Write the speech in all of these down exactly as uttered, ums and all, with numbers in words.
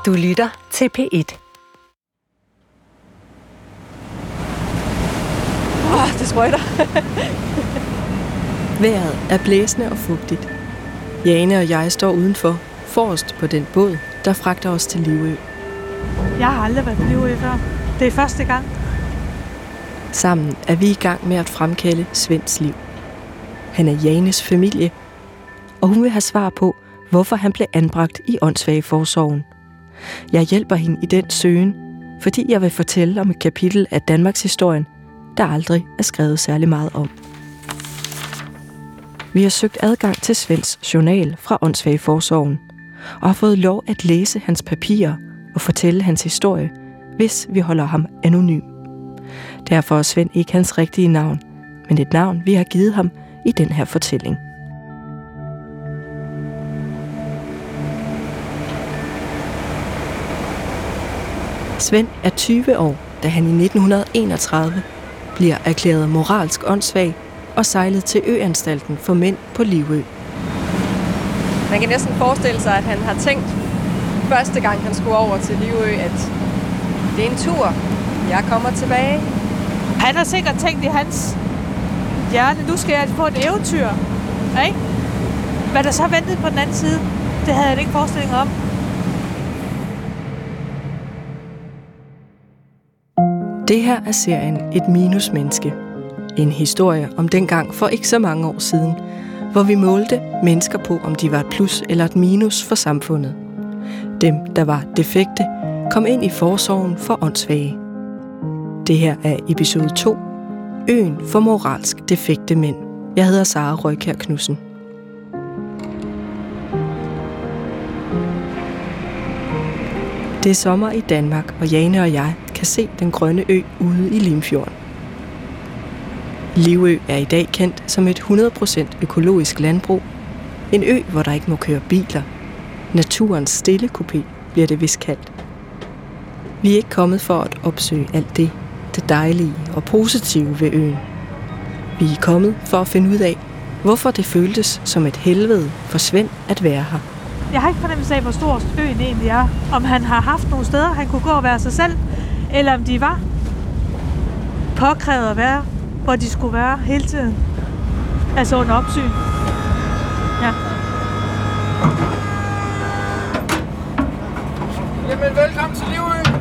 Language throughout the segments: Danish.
Du lytter til P et. Åh, oh, det sprøjter. Vejret er blæsende og fugtigt. Jane og jeg står udenfor, forrest på den båd, der fragter os til Livø. Jeg har aldrig været på Livø før. Det er første gang. Sammen er vi i gang med at fremkalde Svends liv. Han er Janes familie, og hun vil have svar på, hvorfor han blev anbragt i Åndssvageforsorgen. Jeg hjælper hende i den søgen, fordi jeg vil fortælle om et kapitel af Danmarks historien, der aldrig er skrevet særlig meget om. Vi har søgt adgang til Svends journal fra Åndssvageforsorgen, og har fået lov at læse hans papirer og fortælle hans historie, hvis vi holder ham anonym. Derfor er Svend ikke hans rigtige navn, men et navn, vi har givet ham i den her fortælling. Svend er tyve år, da han i nitten enogtredive bliver erklæret moralsk åndssvag og sejlet til Øanstalten for mænd på Livø. Man kan næsten forestille sig, at han har tænkt første gang, han skulle over til Livø, at det er en tur. Jeg kommer tilbage. Han har sikkert tænkt i hans hjerte, nu skal jeg få et eventyr. Ikke? Hvad der så ventede på den anden side, det havde jeg ikke forestilling om. Det her er serien Et minusmenneske. En historie om dengang for ikke så mange år siden, hvor vi målte mennesker på, om de var et plus eller et minus for samfundet. Dem, der var defekte, kom ind i forsorgen for åndssvage. Det her er episode to, Øen for moralsk defekte mænd. Jeg hedder Sara Røykjær Knudsen. Det er sommer i Danmark, og Jane og jeg kan se den grønne ø ude i Limfjorden. Livø er i dag kendt som et hundrede procent økologisk landbrug. En ø, hvor der ikke må køre biler. Naturens stille kupé bliver det vist kaldt. Vi er ikke kommet for at opsøge alt det, det dejlige og positive ved øen. Vi er kommet for at finde ud af, hvorfor det føltes som et helvede for Svend at være her. Jeg har ikke fornemmelse af, hvor stor øen egentlig er. Om han har haft nogle steder, han kunne gå og være sig selv, eller om de var påkrævet at være, hvor de skulle være hele tiden. Altså under opsyn. Ja. Jamen, velkommen til Livø.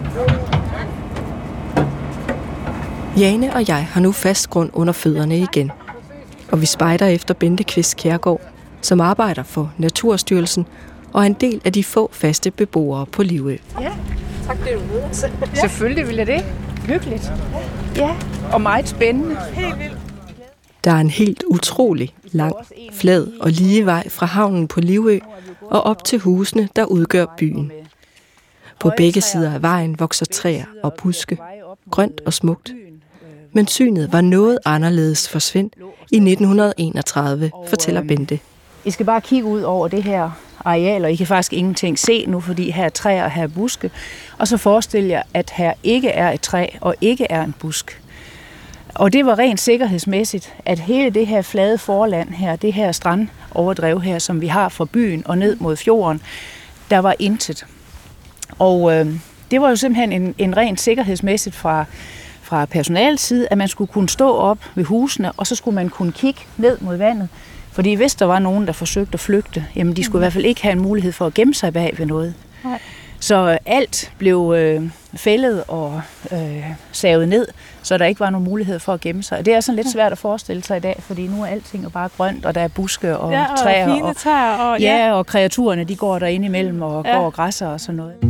Jane og jeg har nu fast grund under fødderne igen. Og vi spejder efter Bente Kvist Kjærgaard, som arbejder for Naturstyrelsen og er en del af de få faste beboere på Livø. Ja, tak fordi du er med os. Ja. Selvfølgelig vil jeg det. Hyggeligt. Ja, og meget spændende. Helt vildt. Der er en helt utrolig lang, flad og lige vej fra havnen på Livø og op til husene, der udgør byen. På begge sider af vejen vokser træer og buske, grønt og smukt. Men synet var noget anderledes for Svend i nitten enogtredive, fortæller Bente. I skal bare kigge ud over det her areal, og I kan faktisk ingenting se nu, fordi her er træer og her er buske. Og så forestil jer, at her ikke er et træ og ikke er en busk. Og det var rent sikkerhedsmæssigt, at hele det her flade forland her, det her strandoverdrev her, som vi har fra byen og ned mod fjorden, der var intet. Og øh, det var jo simpelthen en, en rent sikkerhedsmæssigt fra, fra personalets side, at man skulle kunne stå op ved husene, og så skulle man kunne kigge ned mod vandet. Fordi hvis der var nogen, der forsøgte at flygte, jamen de skulle i hvert fald ikke have en mulighed for at gemme sig bag ved noget. Nej. Så alt blev øh, fældet og øh, savet ned, så der ikke var nogen mulighed for at gemme sig. Og det er sådan lidt svært at forestille sig i dag, fordi nu er alting jo bare grønt, og der er buske og, ja, og træer. Fine og træer. Og, ja, og kreaturerne, de går der ind imellem og ja. går og græsser og sådan noget.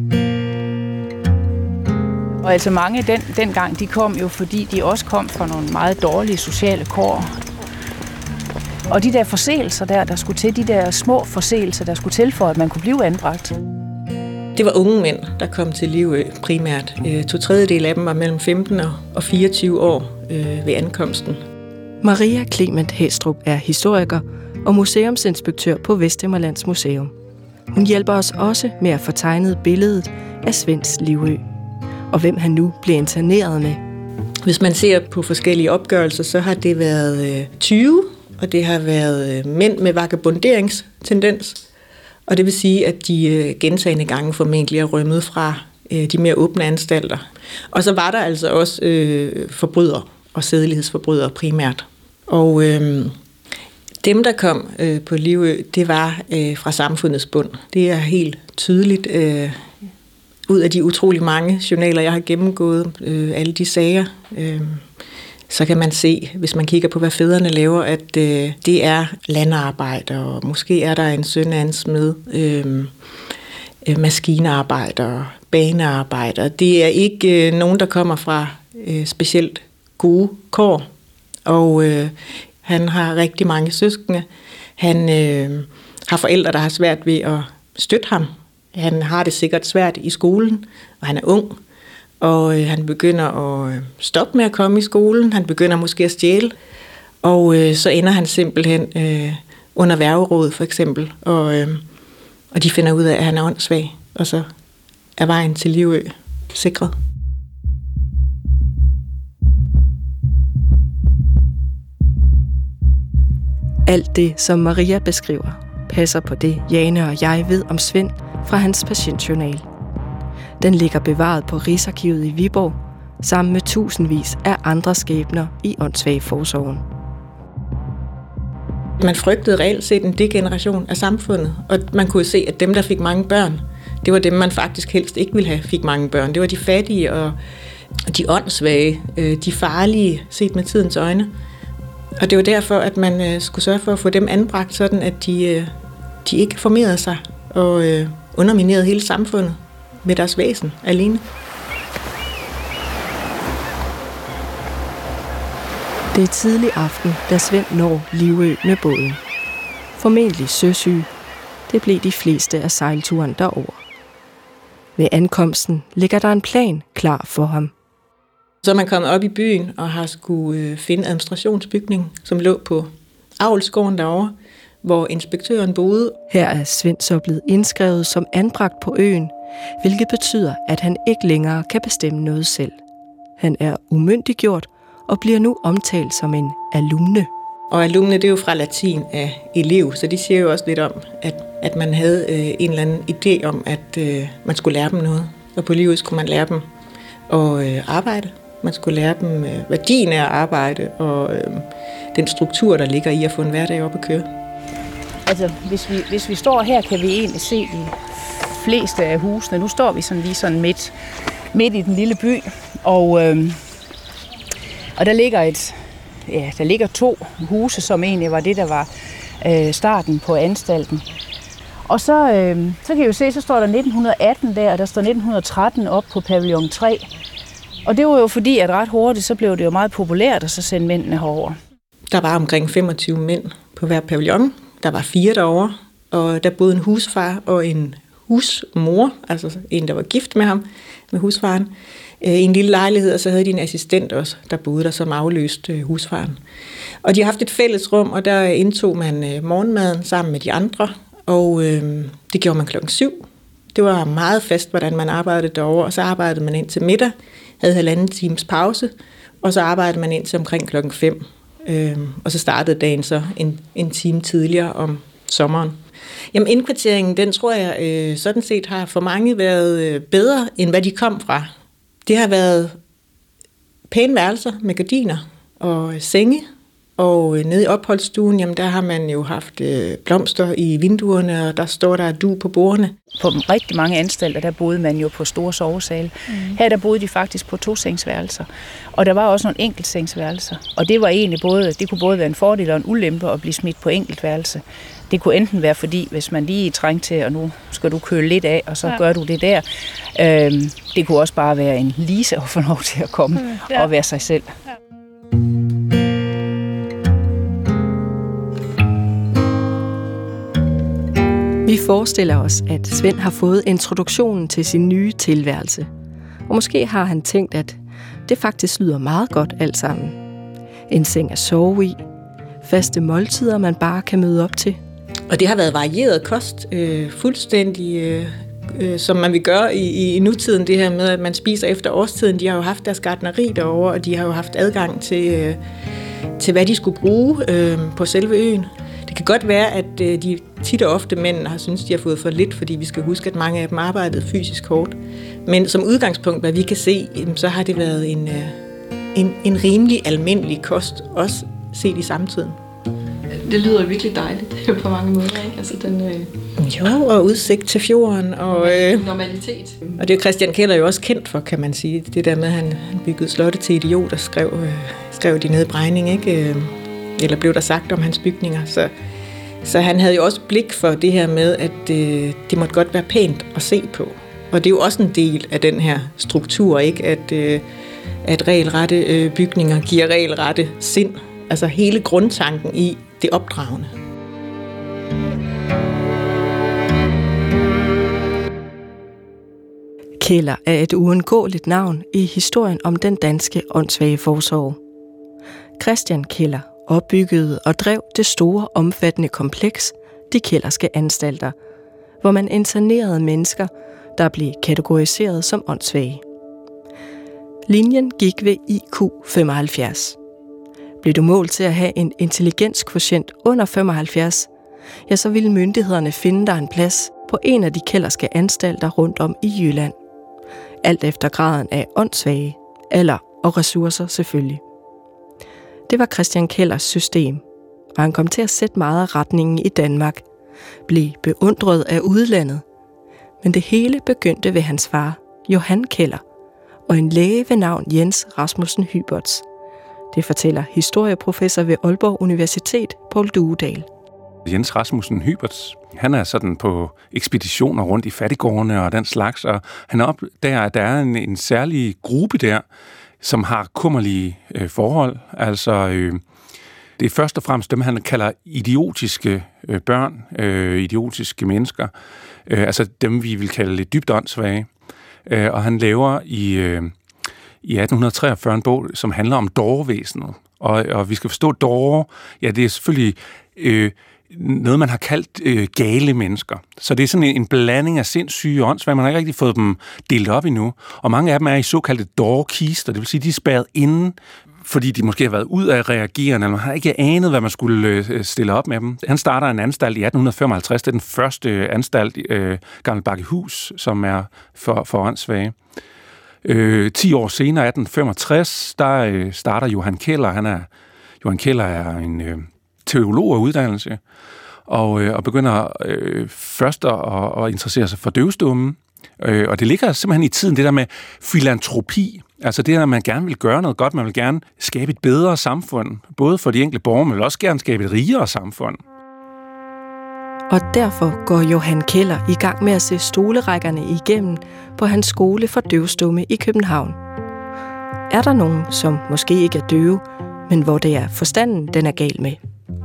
Og altså mange den, dengang, de kom jo, fordi de også kom fra nogle meget dårlige sociale kår. Og de der forseelser der, der skulle til, de der små forseelser, der skulle til for, at man kunne blive anbragt. Det var unge mænd, der kom til Livø primært. To tredjedel af dem var mellem femten og fireogtyve år øh, ved ankomsten. Maria Clement Hæstrup er historiker og museumsinspektør på Vesthimmerlands Museum. Hun hjælper os også med at få tegnet billedet af Svends Livø, og hvem han nu blev interneret med. Hvis man ser på forskellige opgørelser, så har det været tyve, og det har været mænd med vagabonderingstendens, Og det vil sige, at de øh, gentagne gange formentlig er rømmet fra øh, de mere åbne anstalter. Og så var der altså også øh, forbrydere og sædelighedsforbrydere primært. Og øh, dem, der kom øh, på Livø, det var øh, fra samfundets bund. Det er helt tydeligt øh, ud af de utrolig mange journaler, jeg har gennemgået, øh, alle de sager. Øh, så kan man se, hvis man kigger på, hvad fædrene laver, at øh, det er landarbejder, og måske er der en søn af en smed, øh, øh, maskinarbejder, banearbejder. Det er ikke øh, nogen, der kommer fra øh, specielt gode kår, og øh, han har rigtig mange søskende. Han øh, har forældre, der har svært ved at støtte ham. Han har det sikkert svært i skolen, og han er ung. Og øh, han begynder at stoppe med at komme i skolen. Han begynder måske at stjæle. Og øh, så ender han simpelthen øh, under værgeråd for eksempel. Og, øh, og de finder ud af, at han er åndssvag. Og så er vejen til Livø sikret. Alt det, som Maria beskriver, passer på det, Jane og jeg ved om Svend fra hans patientjournal. Den ligger bevaret på Rigsarkivet i Viborg, sammen med tusindvis af andre skæbner i åndssvageforsorgen. Man frygtede reelt set en degeneration af samfundet, og man kunne se, at dem, der fik mange børn, det var dem, man faktisk helst ikke ville have fik mange børn. Det var de fattige og de åndssvage, de farlige, set med tidens øjne. Og det var derfor, at man skulle sørge for at få dem anbragt, sådan at de, de ikke formerede sig og underminerede hele samfundet med deres væsen alene. Det er tidlig aften, da Svend når Livø med båden. Formentlig søsyg. Det blev de fleste af sejlturen derover. Ved ankomsten ligger der en plan klar for ham. Så er man kommet op i byen og har skulle finde administrationsbygning, som lå på avlsgården derovre, hvor inspektøren boede. Her er Svend så blevet indskrevet som anbragt på øen, hvilket betyder, at han ikke længere kan bestemme noget selv. Han er umyndiggjort og bliver nu omtalt som en alumne. Og alumne, det er jo fra latin af elev, så de siger jo også lidt om, at, at man havde øh, en eller anden idé om, at øh, man skulle lære dem noget. Og på livet skulle man lære dem at øh, arbejde. Man skulle lære dem øh, værdien af at arbejde, og øh, den struktur, der ligger i at få en hverdag op at køre. Altså, hvis vi, hvis vi står her, kan vi egentlig se de fleste af husene. Nu står vi sådan lige sådan midt, midt i den lille by, og, øh, og der ligger et, ja, der ligger to huse, som egentlig var det, der var øh, starten på anstalten. Og så, øh, så kan I jo se, så står der nitten atten der, og der står nitten tretten op på pavillon tre. Og det var jo fordi, at ret hurtigt, så blev det jo meget populært at så sende mændene herover. Der var omkring femogtyve mænd på hver pavillon. Der var fire derovre, og der boede en husfar og en husmor, altså en, der var gift med ham, med husfaren, i en lille lejlighed, og så havde de en assistent også, der boede der, som afløste husfaren. Og de har haft et fælles rum, og der indtog man morgenmaden sammen med de andre, og øh, det gjorde man klokken syv. Det var meget fast, hvordan man arbejdede derovre, og så arbejdede man ind til middag, havde halvanden times pause, og så arbejdede man ind til omkring klokken fem. Øh, og så startede dagen så en, en time tidligere om sommeren. Jamen indkvarteringen, den tror jeg øh, sådan set har for mange været øh, bedre, end hvad de kom fra. Det har været pæne værelser med gardiner og senge, og øh, nede i opholdsstuen, jamen der har man jo haft øh, blomster i vinduerne, og der står der du på bordene. På rigtig mange anstalter, der boede man jo på store sovesale. Mm. Her der boede de faktisk på tosengsværelser, og der var også nogle enkeltsengsværelser. Og det var egentlig både, det kunne både være en fordel og en ulempe at blive smidt på enkeltværelse. Det kunne enten være fordi, hvis man lige trængte til, og nu skal du køle lidt af, og så ja. gør du det der. Øhm, det kunne også bare være en lise at få lov til at komme mm, ja. og være sig selv. Ja. Vi forestiller os, at Svend har fået introduktionen til sin nye tilværelse. Og måske har han tænkt, at det faktisk lyder meget godt alt sammen. En seng at sove i, faste måltider, man bare kan møde op til. Og det har været varieret kost, øh, fuldstændig, øh, øh, som man vil gøre i, i nutiden, det her med, at man spiser efter årstiden. De har jo haft deres gartneri derovre, og de har jo haft adgang til, øh, til hvad de skulle bruge øh, på selve øen. Det Det kan godt være, at de tit og ofte mænd har syntes, de har fået for lidt, fordi vi skal huske, at mange af dem arbejdede fysisk hårdt. Men som udgangspunkt, hvad vi kan se, så har det været en, en, en rimelig almindelig kost, også set i samtiden. Det lyder virkelig dejligt på mange måder, ikke? Altså den, øh... Jo, og udsigt til fjorden. Og, øh... normalitet. Og det er Christian Keller jo også kendt for, kan man sige. Det der med, at han, han byggede slotte til idioter, skrev, øh, skrev de nede i Brejning, ikke? Eller blev der sagt om hans bygninger. Så, så han havde jo også blik for det her med, at øh, det måtte godt være pænt at se på. Og det er jo også en del af den her struktur, ikke? At, øh, at regelrette øh, bygninger giver regelrette sind. Altså hele grundtanken i det opdragende. Keller er et uundgåeligt navn i historien om den danske åndssvage forsorg. Christian Keller opbyggede og drev det store, omfattende kompleks, de kellerske anstalter, hvor man internerede mennesker, der blev kategoriseret som åndssvage. Linjen gik ved I Q femoghalvfjerds. Blev du målt til at have en intelligenskvotient under femoghalvfjerds, ja, så ville myndighederne finde dig en plads på en af de kellerske anstalter rundt om i Jylland. Alt efter graden af åndssvage, alder og ressourcer selvfølgelig. Det var Christian Kellers system, og han kom til at sætte meget af retningen i Danmark, blev beundret af udlandet. Men det hele begyndte ved hans far, Johan Keller, og en læge ved navn Jens Rasmussen Hyberts. Det fortæller historieprofessor ved Aalborg Universitet, Poul Duedal. Jens Rasmussen Hyberts, han er sådan på ekspeditioner rundt i fattiggårdene og den slags, og han opdager, at der er en, en særlig gruppe der, som har kummerlige øh, forhold. Altså, øh, det er først og fremmest dem, han kalder idiotiske øh, børn, øh, idiotiske mennesker, øh, altså dem, vi vil kalde lidt dybt åndssvage. Øh, og han laver i... Øh, i atten treogfyrre en bog, som handler om dårevæsenet. Og, og vi skal forstå dåre, ja, det er selvfølgelig øh, noget, man har kaldt øh, gale mennesker. Så det er sådan en, en blanding af sindssyge og åndssvage. Man har ikke rigtig fået dem delt op endnu. Og mange af dem er i såkaldte dårekister, det vil sige, de er spærret inde, fordi de måske har været ud af reagerende, eller man har ikke anet, hvad man skulle øh, stille op med dem. Han starter en anstalt i atten femoghalvtreds. Det er den første anstalt, øh, Gammel Bakkehus, som er for, for åndssvage. Øh, ti år senere, atten femogtres, der øh, starter Johan Keller. Han er, Johan Keller er en øh, teolog af uddannelse, og, øh, og begynder øh, først at, at interessere sig for døvstumme. Øh, og det ligger simpelthen i tiden, det der med filantropi. Altså det der, at man gerne vil gøre noget godt, man vil gerne skabe et bedre samfund, både for de enkelte borgere, men vil også gerne skabe et rigere samfund. Og derfor går Johan Keller i gang med at se stolerækkerne igennem på hans skole for døvstumme i København. Er der nogen, som måske ikke er døve, men hvor det er forstanden, den er gal med?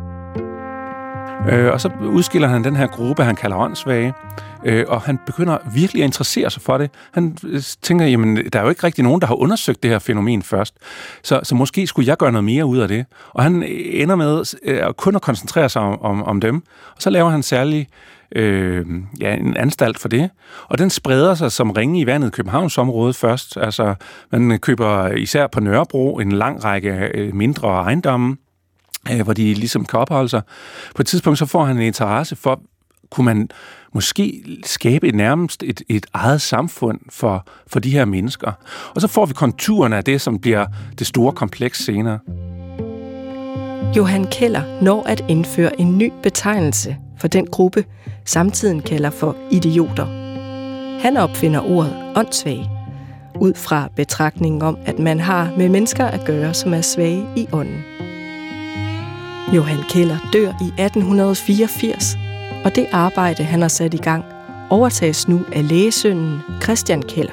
Øh, og så udskiller han den her gruppe, han kalder åndssvage, øh, og han begynder virkelig at interessere sig for det. Han tænker, jamen, der er jo ikke rigtig nogen, der har undersøgt det her fænomen først, så, så måske skulle jeg gøre noget mere ud af det. Og han ender med øh, kun at koncentrere sig om, om, om dem, og så laver han særlig øh, ja, en anstalt for det. Og den spreder sig som ringe i vandet i Københavnsområdet først. Altså, man køber især på Nørrebro en lang række øh, mindre ejendomme, hvor de ligesom kan opholde sig. På et tidspunkt så får han en interesse for, kunne man måske skabe et nærmest et, et eget samfund for, for de her mennesker. Og så får vi konturerne af det, som bliver det store kompleks senere. Johan Keller når at indføre en ny betegnelse for den gruppe, samtiden kalder for idioter. Han opfinder ordet åndssvag, ud fra betragtningen om, at man har med mennesker at gøre, som er svage i ånden. Johan Keller dør i atten fireogfirs, og det arbejde, han har sat i gang, overtages nu af lægesønnen Christian Keller.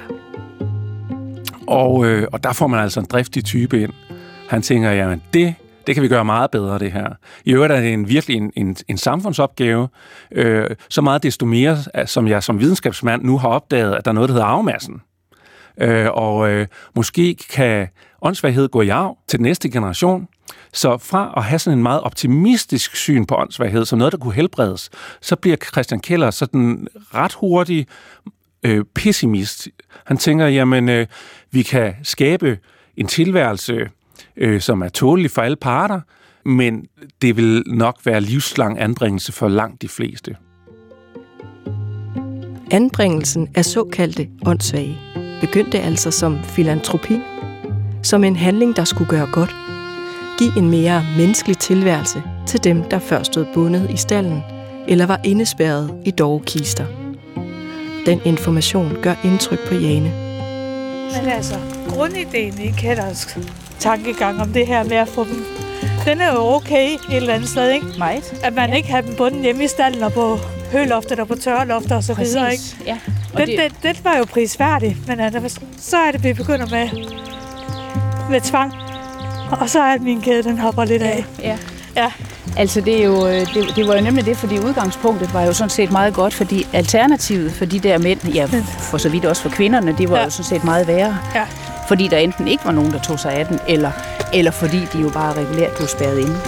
Og, øh, og der får man altså en driftig type ind. Han tænker, jamen det, det kan vi gøre meget bedre, det her. I øvrigt er det en, virkelig en, en, en samfundsopgave, øh, så meget desto mere, som jeg som videnskabsmand nu har opdaget, at der er noget, der hedder arvemassen. Øh, og øh, måske kan åndssvaghed gå i arv til den næste generation. Så fra at have sådan en meget optimistisk syn på åndssvaghed, som noget, der kunne helbredes, så bliver Christian Keller sådan ret hurtig øh, pessimist. Han tænker, jamen, øh, vi kan skabe en tilværelse, øh, som er tålelig for alle parter, men det vil nok være livslang anbringelse for langt de fleste. Anbringelsen af såkaldte åndssvage begyndte altså som filantropi, som en handling, der skulle gøre godt. Giv en mere menneskelig tilværelse til dem, der før stod bundet i stallen eller var indespærret i dovkister. Den information gør indtryk på Jane. Men altså, grundideen i Ketters tankegang om det her med at få dem, den er jo okay et eller andet sted, ikke? Meget. At man ja. ikke har dem bundet hjemme i stallen og på høloftet og på tørreloftet og så Præcis. videre, ikke? Ja. Den, det... Den, den var jo prisværdig, men altså, så er det, vi begynder med, med tvang. Og så er min kæde, den hopper lidt af. Ja. Ja. Altså det, er jo, det, det var jo nemlig det, fordi udgangspunktet var jo sådan set meget godt, fordi alternativet for de der mænd, ja for så vidt også for kvinderne, det var ja. jo sådan set meget værre. Ja. Fordi der enten ikke var nogen, der tog sig af den, eller, eller fordi de jo bare regulært blev spærret inde.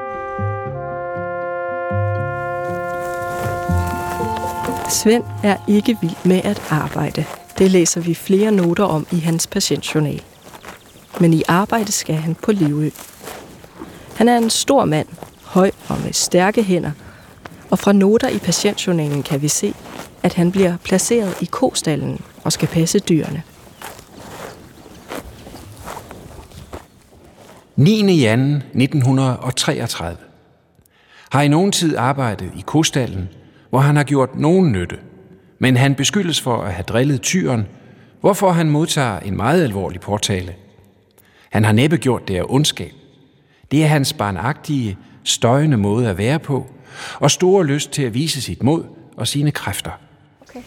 Svend er ikke vild med at arbejde. Det læser vi flere noter om i hans patientjournal. Men i arbejde skal han på Livø. Han er en stor mand, høj og med stærke hænder, og fra noter i patientjournalen kan vi se, at han bliver placeret i kostallen og skal passe dyrene. niende januar nitten treogtredive. Har i nogen tid arbejdet i kostallen, hvor han har gjort nogen nytte, men han beskyldes for at have drillet tyren, hvorfor han modtager en meget alvorlig påtale. Han har næppe gjort det af ondskab. Det er hans barnagtige, støjende måde at være på, og store lyst til at vise sit mod og sine kræfter. Okay.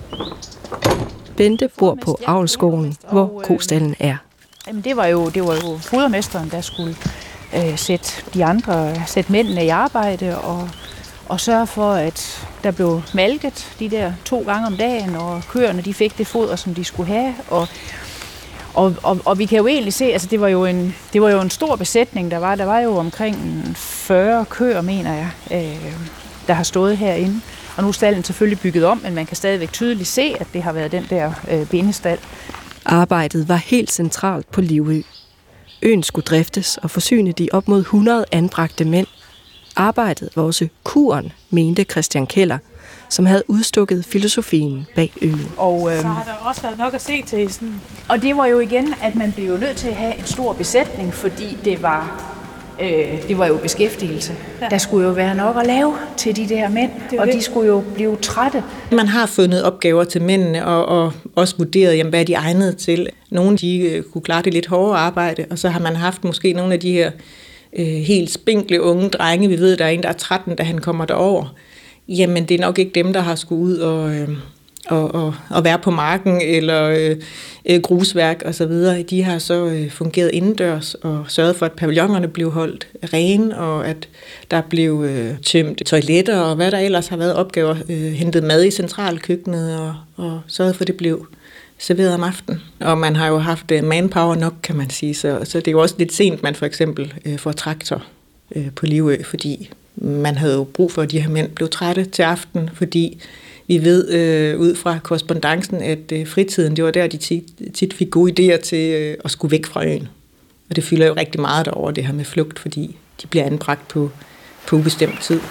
Bente bor på avlsgården, hvor kostallen er. Jamen det var jo, det var jo fodermesteren, der skulle øh, sætte de andre, sætte mændene i arbejde og, og sørge for, at der blev malket de der to gange om dagen, og køerne de fik det foder, som de skulle have. Og, og, og, og vi kan jo egentlig se, altså det var jo en, det var jo en stor besætning, der var. Der var jo omkring fyrre køer, mener jeg, øh, der har stået herinde. Og nu er stallen selvfølgelig bygget om, men man kan stadigvæk tydeligt se, at det har været den der øh, bindestal. Arbejdet var helt centralt på Livø. Øen skulle driftes og forsyne de op mod hundrede anbragte mænd. Arbejdet var også kuren, mente Christian Keller, som havde udstukket filosofien bag øen. Og, øhm, så har der også været nok at se til sådan. Og det var jo igen, at man blev jo nødt til at have en stor besætning, fordi det var, øh, det var jo beskæftigelse. Ja. Der skulle jo være nok at lave til de der mænd, og det. De skulle jo blive trætte. Man har fundet opgaver til mændene, og, og også vurderet, jamen, hvad er de egnede til. Nogle de øh, kunne klare det lidt hårdere arbejde, og så har man haft måske nogle af de her øh, helt spinkle unge drenge. Vi ved, der er en, der er tretten, da han kommer derover. Jamen, det er nok ikke dem, der har skulle ud og, øh, og, og, og være på marken eller øh, grusværk og så videre. De har så øh, fungeret indendørs og sørget for, at pavillonerne blev holdt rene, og at der blev øh, tømt toiletter og hvad der ellers har været opgaver. Øh, hentet mad i centralkøkkenet og, og sørget for, at det blev serveret om aftenen. Og man har jo haft manpower nok, kan man sige. Så, så det er jo også lidt sent, man for eksempel øh, får traktor øh, på Livø, fordi man havde jo brug for, at de her mænd blev trætte til aften, fordi vi ved øh, ud fra korrespondancen, at øh, fritiden, det var der, de tit, tit fik gode idéer til øh, at skulle væk fra øen. Og det fylder jo rigtig meget derover det her med flugt, fordi de bliver anbragt på, på ubestemt tid.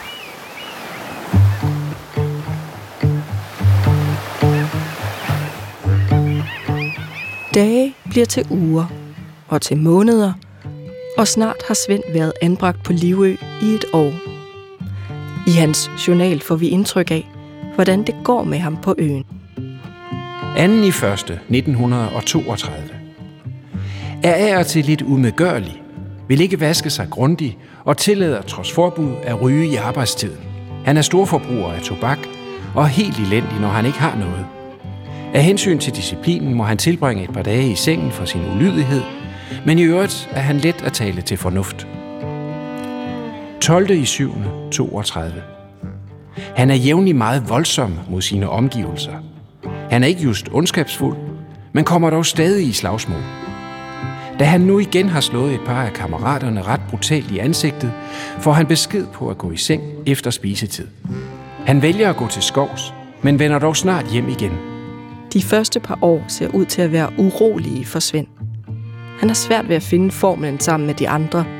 Dage bliver til uger og til måneder, og snart har Svend været anbragt på Livø i et år. I hans journal får vi indtryk af, hvordan det går med ham på øen. anden i første nitten toogtredive. Er af og til lidt umedgørlig, vil ikke vaske sig grundigt og tillader trods forbud at ryge i arbejdstiden. Han er storforbruger af tobak og helt elendig, når han ikke har noget. Af hensyn til disciplinen må han tilbringe et par dage i sengen for sin ulydighed, men i øvrigt er han let at tale til fornuft. tolvte i syvende toogtredive. Han er jævnligt meget voldsom mod sine omgivelser. Han er ikke just ondskabsfuld, men kommer dog stadig i slagsmål. Da han nu igen har slået et par af kammeraterne ret brutalt i ansigtet, får han besked på at gå i seng efter spisetid. Han vælger at gå til skovs, men vender dog snart hjem igen. De første par år ser ud til at være urolige for Svend. Han har svært ved at finde formlen sammen med de andre.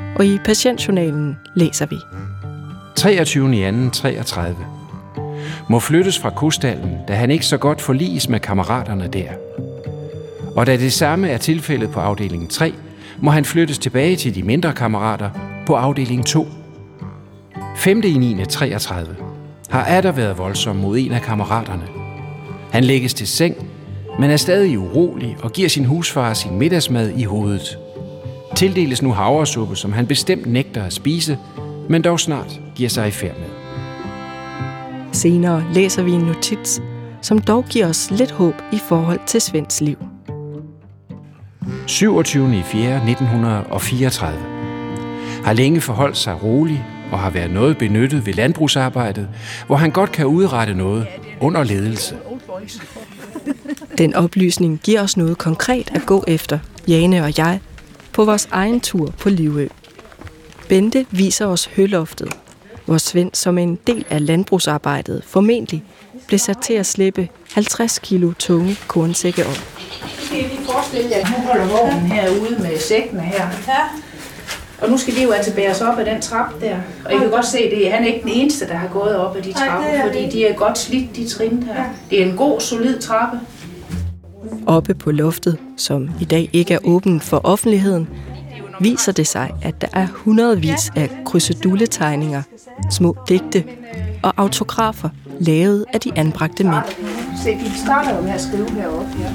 og i patientjournalen læser vi. treogtyvende februar treogtredive. Må flyttes fra kostallen, da han ikke så godt forliges med kammeraterne der. Og da det samme er tilfældet på afdeling tre, må han flyttes tilbage til de mindre kammerater på afdeling to. femte september treogtredive. Har atter været voldsom mod en af kammeraterne. Han lægges til seng, men er stadig urolig og giver sin husfar sin middagsmad i hovedet. Tildeles nu havresuppe, som han bestemt nægter at spise, men dog snart giver sig i færd med. Senere læser vi en notits, som dog giver os lidt håb i forhold til Svends liv. syvogtyvende april nitten fireogtredive. Har længe forholdt sig rolig og har været noget benyttet ved landbrugsarbejdet, hvor han godt kan udrette noget under ledelse. Den oplysning giver os noget konkret at gå efter, Jane og jeg, på vores egen tur på Livø. Bente viser os høloftet, hvor Svend som en del af landbrugsarbejdet formentlig blev sat til at slippe halvtreds kilo tunge kornsække op. Skal I lige forestille jer, at nu holder vognen herude med sækkene her. Ja. Og nu skal de jo altså bæres op ad den trappe der. Og I kan godt se, at han er ikke den eneste, der har gået op ad de trapper, fordi de er godt slidt, de trin her. Det er en god, solid trappe. Oppe på loftet, som i dag ikke er åbent for offentligheden, viser det sig, at der er hundredvis af krydsedulletegninger, små digte og autografer lavet af de anbragte mænd. Se, de starter jo med at skrive heroppe, ja.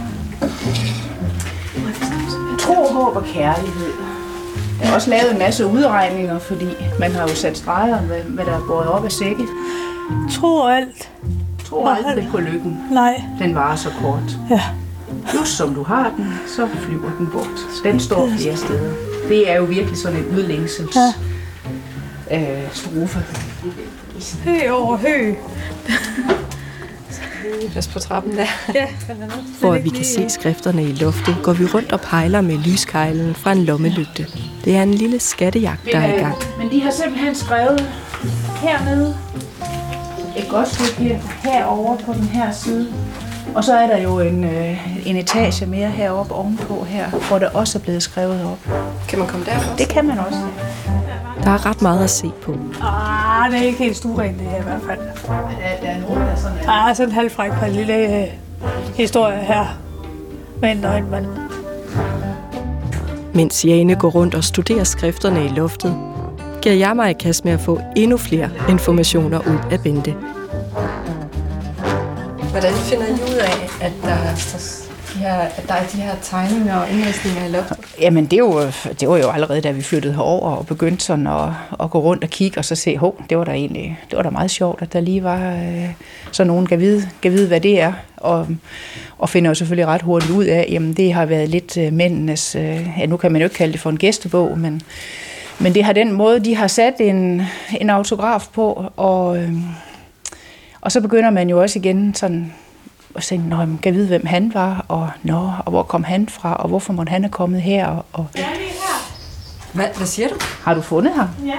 Tro, håb og kærlighed. Der er også lavet en masse udregninger, fordi man har jo sat streger, hvad der er båret op af sække. Tro alt. Tro aldrig på lykken. Nej. Den varer så kort. Ja. Plus som du har den, så flyver den bort. Den står flere steder. Det er jo virkelig sådan en udlængsels ja. øh, strofe. Hø over hø. Pas på trappen der. Ja. For at vi kan se skrifterne i loftet, går vi rundt og pejler med lyskejlen fra en lommelygte. Det er en lille skattejagt, der er i gang. Men de har simpelthen skrevet hernede et godt stykke herovre på den her side. Og så er der jo en, øh, en etage mere heroppe ovenpå her, hvor der også er blevet skrevet op. Kan man komme derop? Det kan man også. Der er ret meget at se på. Ah, det er ikke helt stuerent det her i hvert fald. Der, der er nogen, der sådan er... Ah, sådan en halvfræk på en lille øh, historie her. Med en nøgenmand. Mens Jane går rundt og studerer skrifterne i loftet, giver jeg mig i kast med at få endnu flere informationer ud af Bente. Hvordan finder I ud af, at der er de her, at der er de her tegninger og indlæsninger i loftet? Jamen, det, jo, det var jo allerede, da vi flyttede herover og begyndte sådan at, at gå rundt og kigge og så se, hov, det var da egentlig det var da meget sjovt, at der lige var øh, så nogen kan vide, kan vide, hvad det er. Og, og finder jo selvfølgelig ret hurtigt ud af, jamen det har været lidt øh, mændenes, øh, ja, nu kan man jo ikke kalde det for en gæstebog, men, men det har den måde, de har sat en, en autograf på, og, øh, og så begynder man jo også igen sådan og tænkte, nå, man kan vide, hvem han var, og, nå, og hvor kom han fra, og hvorfor måtte han er kommet her. Og, og... Ja, lige her. Hvad, hvad siger du? Har du fundet ham? Ja.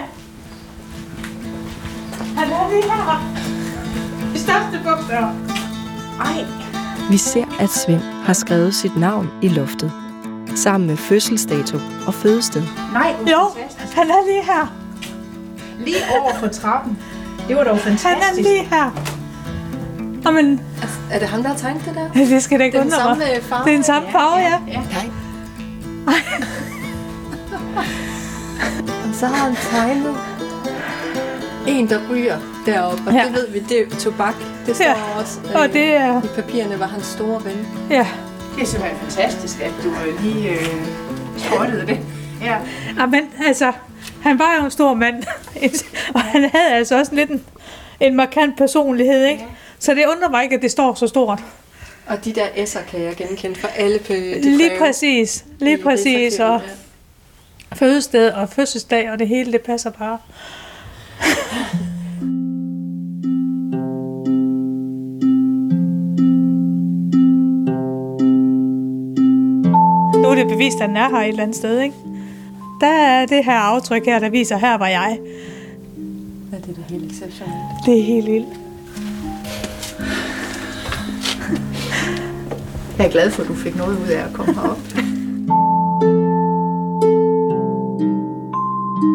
Han er lige her. I største bogstaver. Ej. Vi ser, at Svend har skrevet sit navn i loftet, sammen med fødselsdato og fødested. Nej, jo, han er lige her. Lige over for trappen. Det var dog fantastisk. Han er lige her. Jamen, altså, er det ham, der har tegnet det der? Det skal da ikke undre mig. Det er den samme farve? Det er den samme farve, ja. ja. Nej. Og så har han tegnet en, der ryger deroppe, og ja. Det ved vi, det er tobak. Det står ja. Også øh, og det er... i papirerne, var hans store ven. Ja. Det er simpelthen fantastisk, at du lige øh, spottede det. Ja. Jamen, altså, han var jo en stor mand, og han havde altså også lidt en, en markant personlighed, ikke? Ja. Så det undrer mig ikke, at det står så stort. Og de der S'er kan jeg genkende fra alle på de Lige præcis, lige præcis, og ja. Fødested og fødselsdag, og det hele, det passer bare. Nu er det bevist, at den er her et eller andet sted, ikke? Der er det her aftryk her, der viser, her var jeg. Ja, det er da helt exceptionelt. Det er helt vildt. Jeg er glad for, at du fik noget ud af at komme herop.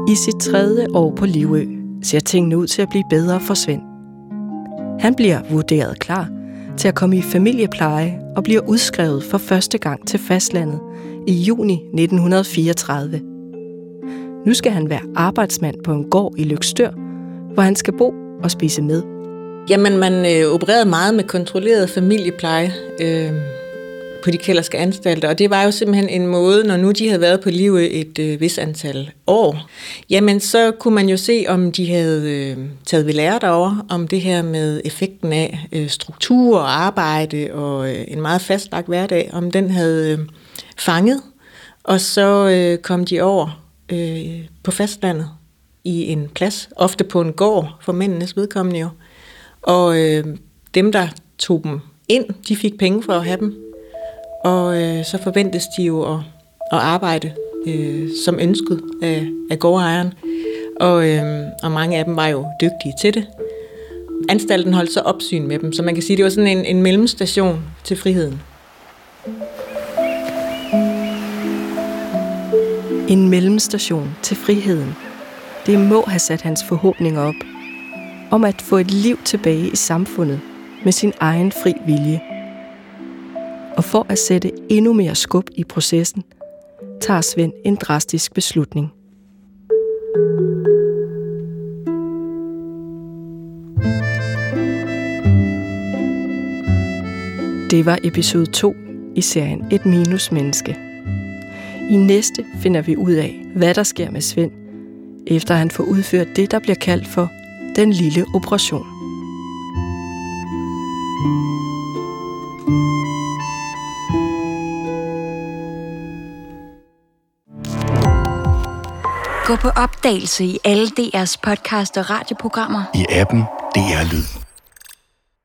I sit tredje år på Livø ser tingene ud til at blive bedre for Svend. Han bliver vurderet klar til at komme i familiepleje og bliver udskrevet for første gang til fastlandet i juni nitten fireogtredive. Nu skal han være arbejdsmand på en gård i Løgstør, hvor han skal bo og spise med. Jamen, man øh, opererede meget med kontrolleret familiepleje øh, på de kellerske anstalter, og det var jo simpelthen en måde, når nu de havde været på Livø et øh, vis antal år, jamen så kunne man jo se, om de havde øh, taget ved lære derovre, om det her med effekten af øh, struktur og arbejde og øh, en meget fastlagt hverdag, om den havde øh, fanget, og så øh, kom de over øh, på fastlandet i en plads, ofte på en gård for mændenes vedkommende jo. Og øh, dem, der tog dem ind, de fik penge for at have dem. Og øh, så forventes de jo at, at arbejde øh, som ønsket af, af gårdejeren. Og, øh, og mange af dem var jo dygtige til det. Anstalten holdt så opsyn med dem, så man kan sige, at det var sådan en, en mellemstation til friheden. En mellemstation til friheden. Det må have sat hans forhåbninger op om at få et liv tilbage i samfundet med sin egen fri vilje. Og for at sætte endnu mere skub i processen, tager Svend en drastisk beslutning. Det var episode to i serien Et minusmenneske. I næste finder vi ud af, hvad der sker med Svend, efter han får udført det, der bliver kaldt for den lille operation. Gå på opdagelse i alle D R's podcast og radioprogrammer. I appen D R Lyd.